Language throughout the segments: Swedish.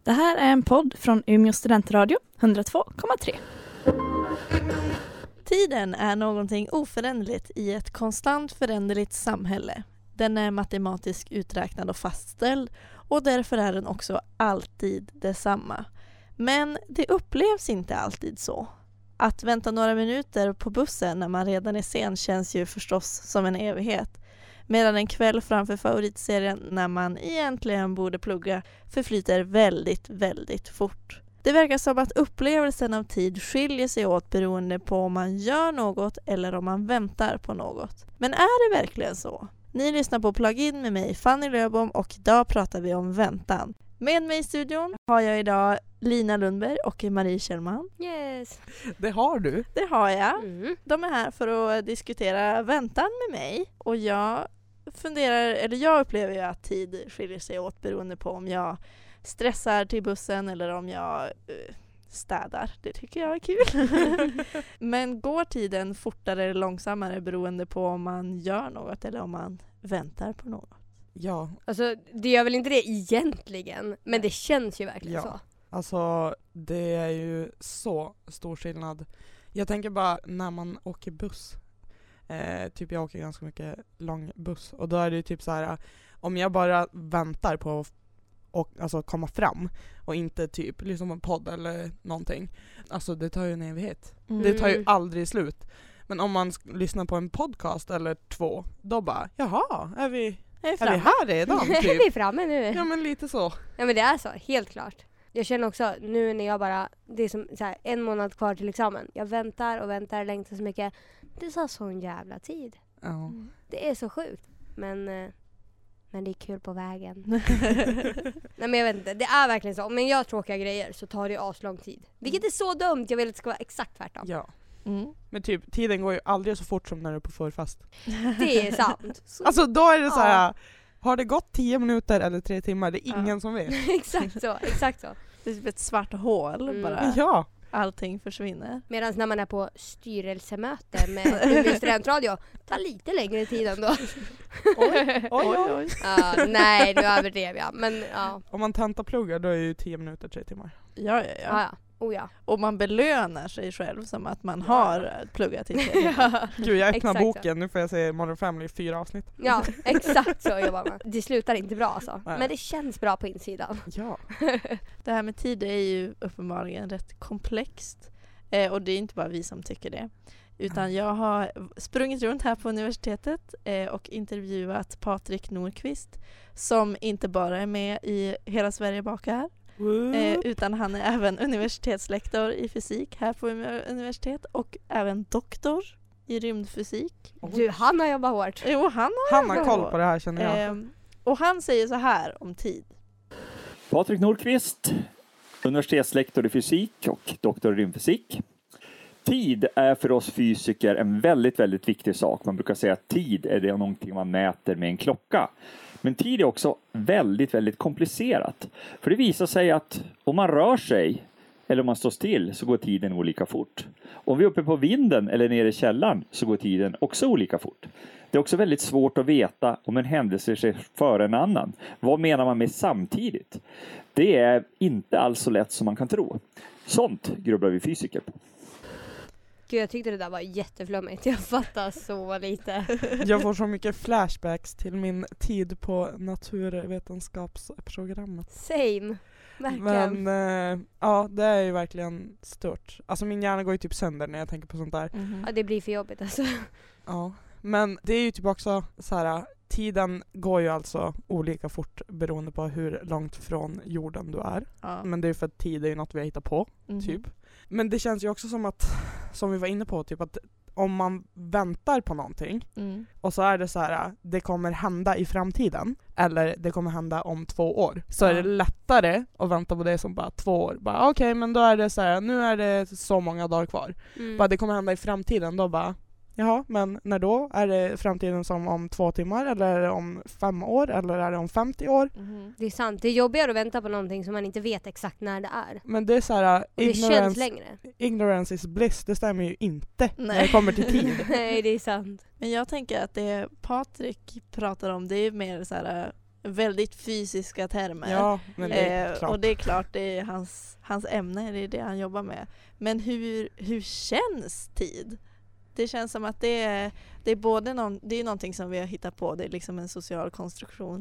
Det här är en podd från Umeå studentradio 102,3. Tiden är någonting oföränderligt i ett konstant föränderligt samhälle. Den är matematiskt uträknad och fastställd och därför är den också alltid detsamma. Men det upplevs inte alltid så. Att vänta några minuter på bussen när man redan är sen känns ju förstås som en evighet. Medan en kväll framför favoritserien när man egentligen borde plugga förflyter väldigt, väldigt fort. Det verkar som att upplevelsen av tid skiljer sig åt beroende på om man gör något eller om man väntar på något. Men är det verkligen så? Ni lyssnar på Plug-in med mig, Fanny Löfbom, och idag pratar vi om väntan. Med mig i studion har jag idag Lina Lundberg och Marie Kjellman. Yes. Det har du. Det har jag. De är här för att diskutera väntan med mig. Och jag upplever ju att tid skiljer sig åt beroende på om jag stressar till bussen eller om jag städar. Det tycker jag är kul. Men går tiden fortare eller långsammare beroende på om man gör något eller om man väntar på något? Ja. Alltså det gör väl inte det egentligen, men det känns ju verkligen så. Alltså det är ju så stor skillnad. Jag tänker bara när man åker buss. Typ jag åker ganska mycket lång buss. Och då är det ju typ så här, om jag bara väntar på att komma fram och inte typ lyssna på en podd eller någonting. Alltså det tar ju en evighet. Det tar ju aldrig slut. Men om man lyssnar på en podcast eller två, då bara, jaha, är vi här redan? Typ. Är vi framme nu? Ja, men lite så. Ja, men det är så, helt klart. Jag känner också, nu när jag bara, det är som så här, 1 månad kvar till examen. Jag väntar och längtar så mycket. Det tar sån jävla tid. Ja. Det är så sjukt. Men det är kul på vägen. Nej, men jag vet inte, det är verkligen så. Om jag gör tråkiga grejer så tar det aslång tid. Vilket är så dumt, jag vill att det ska vara exakt tvärtom. Ja. Men typ, tiden går ju aldrig så fort som när du är på förfest. Det är sant. Alltså då är det så här, har det gått 10 minuter eller 3 timmar? Det är ingen som vet. Exakt så. Det är typ ett svart hål bara. Ja. Allting försvinner. Medan när man är på styrelsemöte med Umeå studentradio tar lite längre tid ändå. Oj. Nej, nu överdrev jag. Men, ja. Om man tentapluggar då är ju 10 minuter 3 timmar. Ja. Oh, ja. Och man belönar sig själv som att man har pluggat i 3 timmar. Gud, jag öppnar Exakt boken. Så. Nu får jag se Modern Family 4 avsnitt. Ja, exakt så jobbar man. Det slutar inte bra alltså. Nej. Men det känns bra på insidan. Ja. Det här med tid är ju uppenbarligen rätt komplext. Och det är inte bara vi som tycker det. Utan jag har sprungit runt här på universitetet och intervjuat Patrik Nordqvist. Som inte bara är med i Hela Sverige bakar. Utan han är även universitetslektor i fysik här på universitet och även doktor i rymdfysik. Du, han har jobbat hårt. Jo, han har koll på det här, känner jag. Och han säger så här om tid. Patrik Nordqvist, universitetslektor i fysik och doktor i rymdfysik. Tid är för oss fysiker en väldigt, väldigt viktig sak. Man brukar säga att tid är det någonting man mäter med en klocka. Men tid är också väldigt, väldigt komplicerat. För det visar sig att om man rör sig eller om man står still så går tiden olika fort. Om vi är uppe på vinden eller nere i källaren så går tiden också olika fort. Det är också väldigt svårt att veta om en händelse sker före en annan. Vad menar man med samtidigt? Det är inte alls så lätt som man kan tro. Sånt grubblar vi fysiker på. Gud, jag tyckte det där var jätteflummigt. Jag fattar så lite. Jag får så mycket flashbacks till min tid på naturvetenskapsprogrammet. Same. Verkligen. Men ja, det är ju verkligen stört. Alltså min hjärna går ju typ sönder när jag tänker på sånt där. Ja, det blir för jobbigt alltså. Ja, men det är ju typ också så här, tiden går ju alltså olika fort beroende på hur långt från jorden du är. Ja. Men det är för att tid är ju något vi hittar på, typ. Men det känns ju också som att, som vi var inne på, typ att om man väntar på någonting och så är det så här, det kommer hända i framtiden eller det kommer hända om 2 år, så är det lättare att vänta på det som bara 2 år. Bara okej, men då är det så här, nu är det så många dagar kvar. Bara det kommer hända i framtiden, då bara jaha, men när då? Är det framtiden som om 2 timmar eller är det om 5 år eller är det om 50 år? Det är sant, det är jobbigare att vänta på någonting som man inte vet exakt när det är. Men det är så här, det känns längre. Ignorance is bliss, det stämmer ju inte när det kommer till tid. Nej, det är sant. Men jag tänker att det Patrik pratar om, det är mer så här väldigt fysiska termer. Ja, men det är klart. Och det är klart, det är hans ämne, det är det han jobbar med. Men hur känns tid? Det känns som att det är både det är någonting som vi har hittat på, det är liksom en social konstruktion.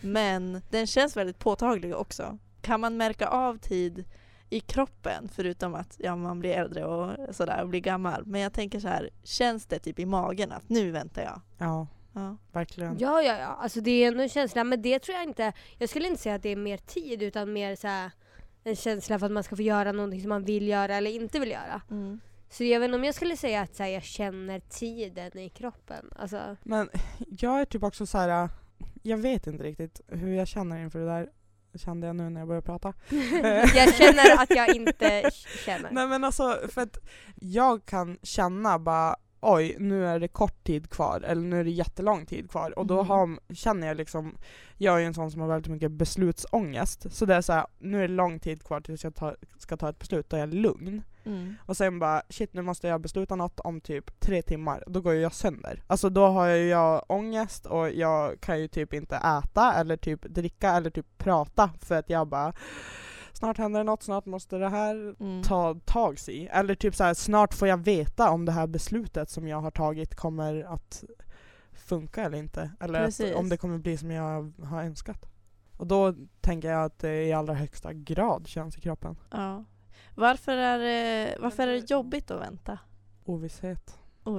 Men den känns väldigt påtaglig också. Kan man märka av tid i kroppen, förutom att man blir äldre och sådär och blir gammal? Men jag tänker så här, känns det typ i magen att nu väntar jag? Ja. Verkligen. Ja. Alltså det är en känsla, men det tror jag inte. Jag skulle inte säga att det är mer tid, utan mer så här, en känsla för att man ska få göra någonting som man vill göra eller inte vill göra. Så jag vet inte om jag skulle säga att så här, jag känner tiden i kroppen. Alltså. Men jag är typ också så här, jag vet inte riktigt hur jag känner inför det där. Kände jag nu när jag började prata. Jag känner att jag inte känner. Nej, men alltså, för att jag kan känna bara, oj, nu är det kort tid kvar, eller nu är det jättelång tid kvar, och då känner jag liksom, jag är ju en sån som har väldigt mycket beslutsångest, så det är så här, nu är det lång tid kvar tills jag ska ta ett beslut, då är jag lugn. Och sen bara, shit, nu måste jag besluta något om typ 3 timmar, då går jag sönder. Alltså då har jag ångest, och jag kan ju typ inte äta eller typ dricka eller typ prata, för att jag bara, snart händer det något, snart måste det här ta tag i. Eller typ så här, snart får jag veta om det här beslutet som jag har tagit kommer att funka eller inte. Eller att, om det kommer bli som jag har önskat. Och då tänker jag att det i allra högsta grad känns i kroppen. Ja. Varför är det jobbigt att vänta? Ovisshet.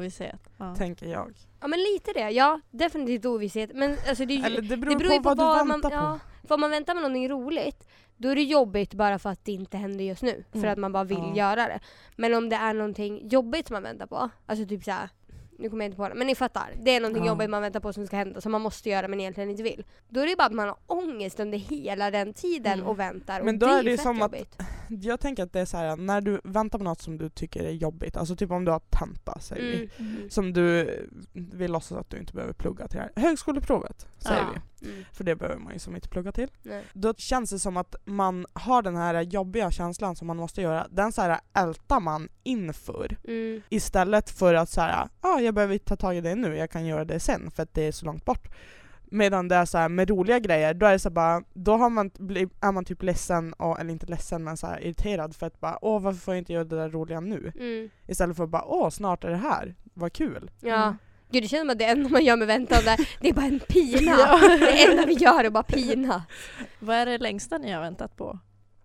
Ja. Tänker jag. Ja, men lite det. Ja, definitivt ovisshet. Men alltså det beror på vad du väntar på. Ja, för om man väntar med någonting roligt, då är det jobbigt bara för att det inte händer just nu. För att man bara vill göra det. Men om det är någonting jobbigt som man väntar på, alltså typ såhär, nu kommer jag inte på det, men ni fattar. Det är någonting jobbigt man väntar på som ska hända, som man måste göra men egentligen inte vill. Då är det bara att man har ångest under hela den tiden och väntar. Men och då är det fett som jobbigt. att, jag tänker att det är så här, när du väntar på något som du tycker är jobbigt, alltså typ om du har tenta, säger vi, som du vill låtsas att du inte behöver plugga till det här högskoleprovet, säger vi. För det behöver man ju som inte plugga till. Nej. Då känns det som att man har den här jobbiga känslan som man måste göra, den så här ältar man inför. Istället för att så här, jag behöver inte ta tag i det nu, jag kan göra det sen för att det är så långt bort. Medan det är så här med roliga grejer, då är det så bara, då är man typ ledsen, eller inte ledsen men så här irriterad för att bara, varför får jag inte göra det där roliga nu? Istället för att bara, snart är det här, vad kul. Ja. Gud, det känns som att det enda man gör med väntan där, det är bara en pina. Det enda vi gör är bara pina. Vad är det längsta ni har väntat på?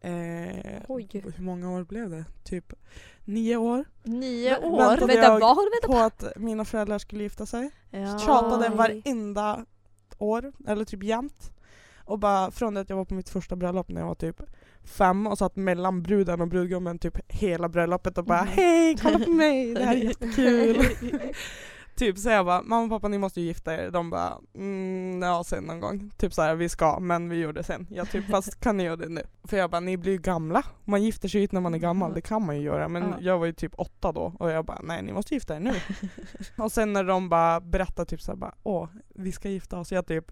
Hur många år blev det? Typ 9 år. 9 år? Vänta, vad har du väntat på? Att mina föräldrar skulle gifta sig. Tjatade varenda år, eller typ jämt. Och bara från det att jag var på mitt första bröllop när jag var typ 5 och satt mellan bruden och brudgummen typ hela bröllopet och bara hej, kolla på mig, det här är jättekul. Typ så jag bara, mamma och pappa, ni måste ju gifta er. De bara, sen någon gång. Typ så här, vi ska, men vi gör det sen. Jag typ, fast kan ni göra det nu? För jag bara, ni blir ju gamla. Man gifter sig ut när man är gammal, det kan man ju göra. Men jag var ju typ 8 då. Och jag bara, nej, ni måste gifta er nu. Och sen när de bara berättar typ så här, bara, vi ska gifta oss. Jag typ,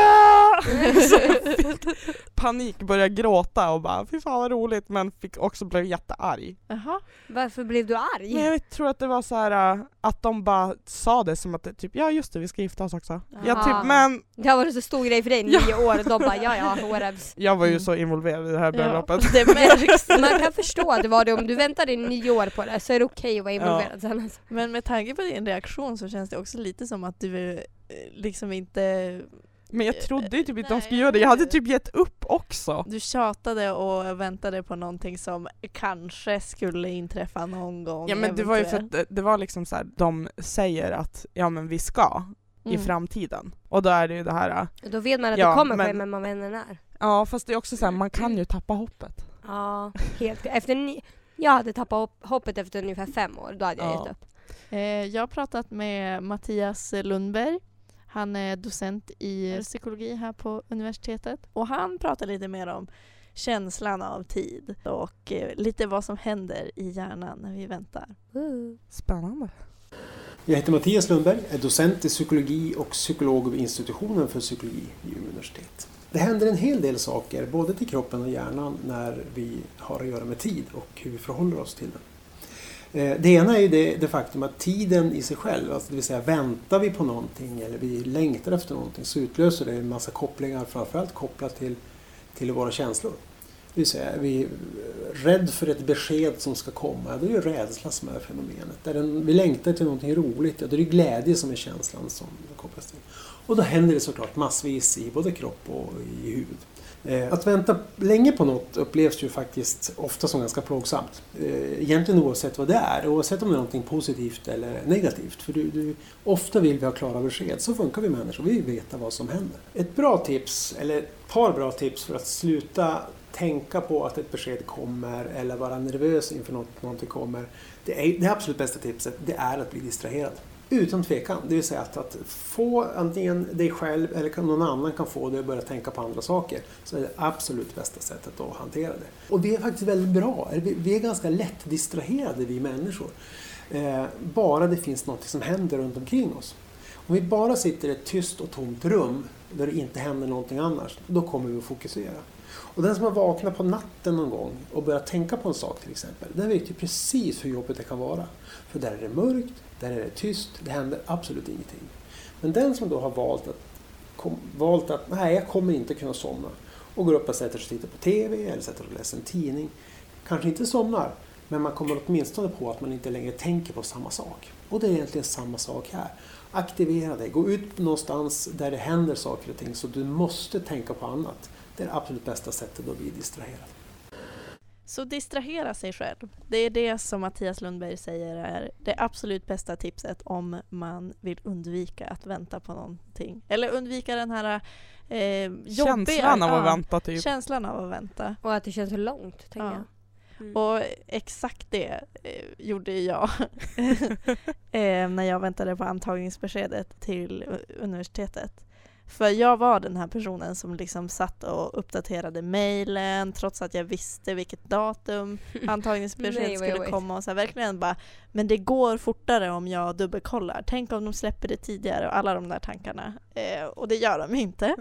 panik, började gråta och bara, fy fan vad roligt. Men blev jättearg. Varför blev du arg? Men jag tror att det var så här att de bara sa det som att typ, just det, vi ska gifta oss också. Jag typ, men det har varit så stor grej för dig, 9 år, och de bara, whatevs. Jag var ju så involverad i det här bröllopet. Det märks. Man kan förstå att det var det, om du väntade 9 år på det så är det okej att vara involverad sen. Alltså. Men med tanke på din reaktion så känns det också lite som att du liksom inte... Men jag trodde ju typ inte de skulle göra det. Jag hade typ gett upp också. Du tjatade och väntade på någonting som kanske skulle inträffa någon gång. Ja, men det var ju för att det var liksom så här, de säger att men vi ska i framtiden. Och då är det ju det här. Då vet man att det kommer ske, men man vet när. Ja, fast det är också så här, man kan ju tappa hoppet. Ja, helt. Jag hade tappat hoppet efter ungefär 5 år. Då hade jag gett upp. Jag har pratat med Mattias Lundberg. Han är docent i psykologi här på universitetet. Och han pratar lite mer om känslan av tid och lite vad som händer i hjärnan när vi väntar. Spännande. Jag heter Mattias Lundberg, är docent i psykologi och psykolog vid institutionen för psykologi vid Umeå universitet. Det händer en hel del saker både till kroppen och hjärnan när vi har att göra med tid och hur vi förhåller oss till den. Det ena är ju det faktum att tiden i sig själv, alltså det vill säga väntar vi på någonting eller vi längtar efter någonting, så utlöser det en massa kopplingar, framförallt kopplat till våra känslor. Det vill säga, vi är rädd för ett besked som ska komma. Det är ju rädsla som är fenomenet. Vi längtar till någonting roligt. Det är glädje som är känslan som kopplas till. Och då händer det såklart massvis i både kropp och i huvudet. Att vänta länge på något upplevs ju faktiskt ofta som ganska plågsamt. Egentligen oavsett vad det är. Oavsett om det är någonting positivt eller negativt. För ofta vill vi ha klara besked. Så funkar vi människor. Vi vill veta vad som händer. Ett bra tips, eller ett par bra tips för att sluta tänka på att ett besked kommer eller vara nervös inför någonting kommer. Det absolut bästa tipset, det är att bli distraherad. Utan tvekan. Det vill säga att få antingen dig själv eller någon annan kan få dig att börja tänka på andra saker. Så är det absolut bästa sättet att hantera det. Och det är faktiskt väldigt bra. Vi är ganska lätt distraherade, vi människor. Bara det finns något som händer runt omkring oss. Om vi bara sitter i ett tyst och tomt rum där det inte händer någonting annars, då kommer vi att fokusera. Och den som har vaknat på natten någon gång och börjat tänka på en sak till exempel, den vet ju precis hur jobbigt det kan vara. För där är det mörkt, där är det tyst, det händer absolut ingenting. Men den som då har valt att nej, jag kommer inte kunna somna och går upp och sätter sig och tittar på TV eller sätter och läser en tidning, kanske inte somnar, men man kommer åtminstone på att man inte längre tänker på samma sak. Och det är egentligen samma sak här. Aktivera dig, gå ut någonstans där det händer saker och ting så du måste tänka på annat. Det är det absolut bästa sättet att bli distraherad. Så distrahera sig själv. Det är det som Mattias Lundberg säger är det absolut bästa tipset om man vill undvika att vänta på någonting. Eller undvika den här jobbiga... Känslan av att vänta typ. Känslan av att vänta. Och att det känns så långt, tänker jag. Mm. Och exakt det gjorde jag när jag väntade på antagningsbeskedet till universitetet. För jag var den här personen som liksom satt och uppdaterade mejlen trots att jag visste vilket datum antagningsbeskedet skulle komma. Och så här, verkligen bara, men det går fortare om jag dubbelkollar. Tänk om de släpper det tidigare och alla de där tankarna. Och det gör de inte.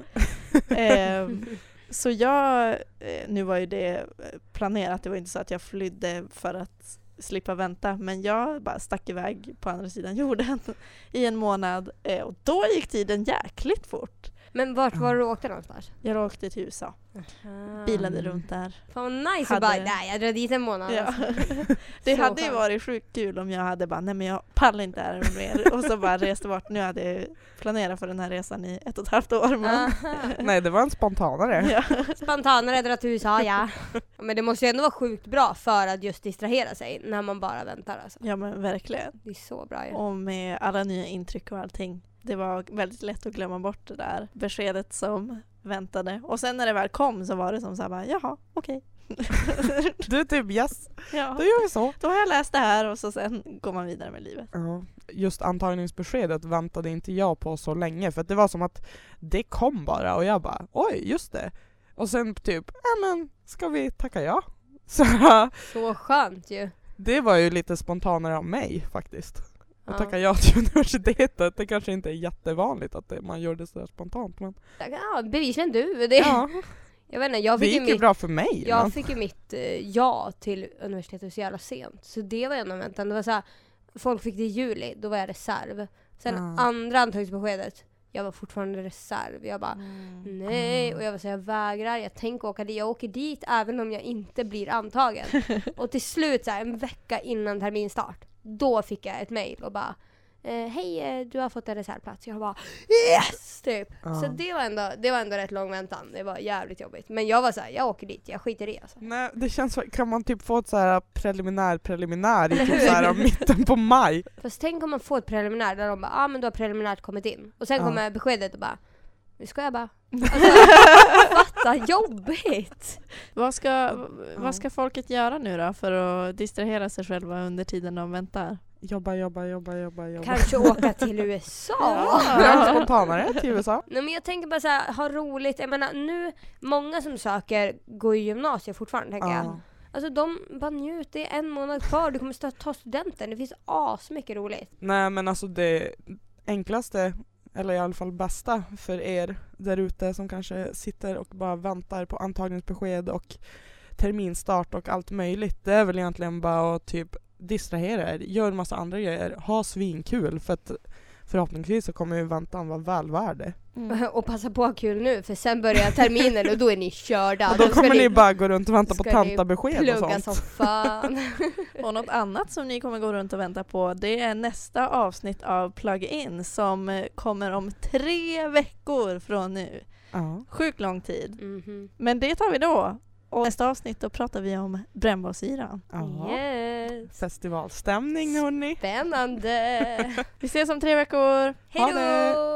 Så nu var ju det planerat. Det var inte så att jag flydde för att slippa vänta. Men jag bara stack iväg på andra sidan jorden i en månad. Och då gick tiden jäkligt fort. Men vart var du åkte någonstans? Jag åkte till USA. Bilade runt där. Fan vad nice. Jag drar dit en månad. Ja. Det hade ju varit sjukt kul om jag hade bara, nej men jag pallar inte här mer. Och så bara reste bort. Nu hade jag planerat för den här resan i 1,5 år. Men... Nej, det var en spontanare. Ja. Spontanare dra till USA, ja. Men det måste ju ändå vara sjukt bra för att just distrahera sig när man bara väntar. Alltså. Ja men verkligen. Det är så bra. Ja. Och med alla nya intryck och allting. Det var väldigt lätt att glömma bort det där beskedet som väntade. Och sen när det väl kom så var det som så här bara, jaha, okej. Du typ, yes. Ja. Då gör vi så. Då har jag läst det här och så sen går man vidare med livet. Ja. Just antagningsbeskedet väntade inte jag på så länge. För att det var som att det kom bara. Och jag bara, oj, just det. Och sen typ, men ska vi tacka ja? Så skönt ju. Det var ju lite spontanare av mig faktiskt. Och tacka ja till universitetet. Det kanske inte är jättevanligt att man gör det så spontant. Men... Ja, bevisligen du. Det... Ja. Jag vet inte, det gick ju bra för mig. Jag fick ju mitt ja till universitetet så jävla sent. Så det var ändå väntan. Det var så här, folk fick det i juli, då var jag reserv. Sen andra antagningsbeskedet, jag var fortfarande reserv. Jag bara, nej. Och jag var så här, jag vägrar, jag tänker åka dit. Jag åker dit även om jag inte blir antagen. Och till slut, så här, en vecka innan terminstart, då fick jag ett mejl och bara, hej, du har fått en reservplats. Jag bara, yes! Typ. Så det var ändå rätt lång väntan. Det var jävligt jobbigt. Men jag var så här, jag åker dit, jag skiter i alltså. Nej, det känns, kan man typ få ett så här preliminär i typ så här mitten på maj. Fast tänk om man får ett preliminär där de bara, men du har preliminärt kommit in. Och sen kommer beskedet och bara, nu ska jag bara. Alltså, fatta, jobbigt. Vad ska folket göra nu då för att distrahera sig själva under tiden de väntar? Jobba. Kanske åka till USA. Ja, spontanare till USA. Nej, men jag tänker bara så här, ha roligt. Jag menar, nu, många som söker går i gymnasiet fortfarande, tänker jag. Alltså de bara njut, det är en månad kvar. Du kommer ta studenten, det finns asmycket roligt. Nej, men alltså det enklaste, eller i alla fall bästa för er där ute som kanske sitter och bara väntar på antagningsbesked och terminstart och allt möjligt. Det är väl egentligen bara att typ distrahera er, gör en massa andra grejer, ha svinkul för att förhoppningsvis så kommer ju väntan vara väl värd det. Och passa på kul nu, för sen börjar terminen och då är ni körda. Och då kommer ni bara gå runt och vänta på tantabesked och sånt. Som fan. Och något annat som ni kommer gå runt och vänta på, det är nästa avsnitt av Plug-in som kommer om 3 veckor från nu. Sjukt lång tid. Men det tar vi då. Och nästa avsnitt då pratar vi om brännbollsyran. Yes. Festivalstämning hörni. Spännande. Vi ses om 3 veckor. Hej då!